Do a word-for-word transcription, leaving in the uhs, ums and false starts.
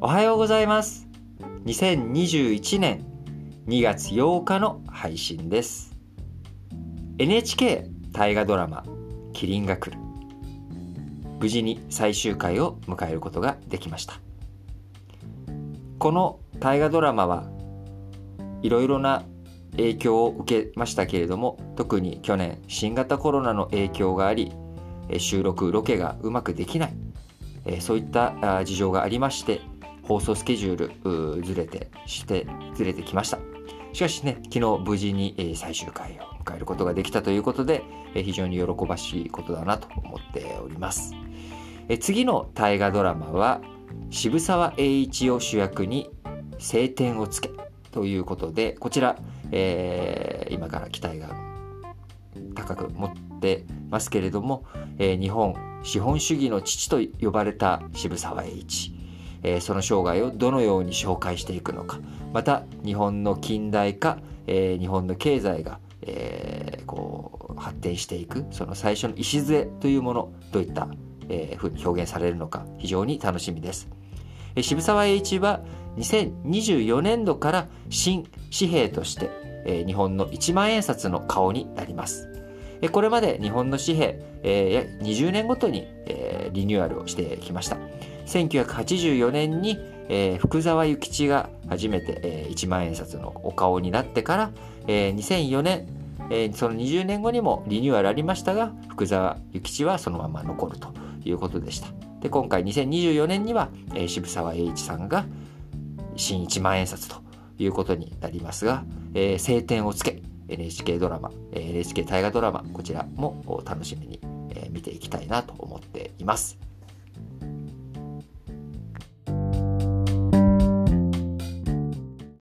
おはようございます。にせんにじゅういちねんにがつようかの配信です。 エヌエイチケー 大河ドラマキリンが来る、無事に最終回を迎えることができました。この大河ドラマはいろいろな影響を受けましたけれども、特に去年新型コロナの影響があり、収録ロケがうまくできない、そういった事情がありまして、放送スケジュールずれてしてずれてきました。しかしね、昨日無事に最終回を迎えることができたということで、非常に喜ばしいことだなと思っております。次の大河ドラマは渋沢栄一を主役に青天を衝けということで、こちら、えー、今から期待が高く持ってますけれども、えー、日本資本主義の父と呼ばれた渋沢栄一、えー、その生涯をどのように紹介していくのか、また日本の近代化、えー、日本の経済が、えー、こう発展していくその最初の礎というもの、どういった、えー、ふうに表現されるのか非常に楽しみです。えー、渋沢栄一はにせんにじゅうよねんどから新紙幣として、えー、日本のいちまんえんさつの顔になります。えー、これまで日本の紙幣、えー、約にじゅうねんごとに、えー、リニューアルをしてきました。せんきゅうひゃくはちじゅうよねんに、えー、福沢諭吉が初めて、えー、いちまんえんさつのお顔になってから、えー、にせんよねん、えー、そのにじゅうねんごにもリニューアルありましたが、福沢諭吉はそのまま残るということでした。で、今回にせんにじゅうよねんには、えー、渋沢栄一さんが新いちまんえんさつということになりますが、えー、青天を衝け エヌエイチケー ドラマ、エヌエイチケー 大河ドラマ、こちらも楽しみに、えー、見ていきたいなと思っています。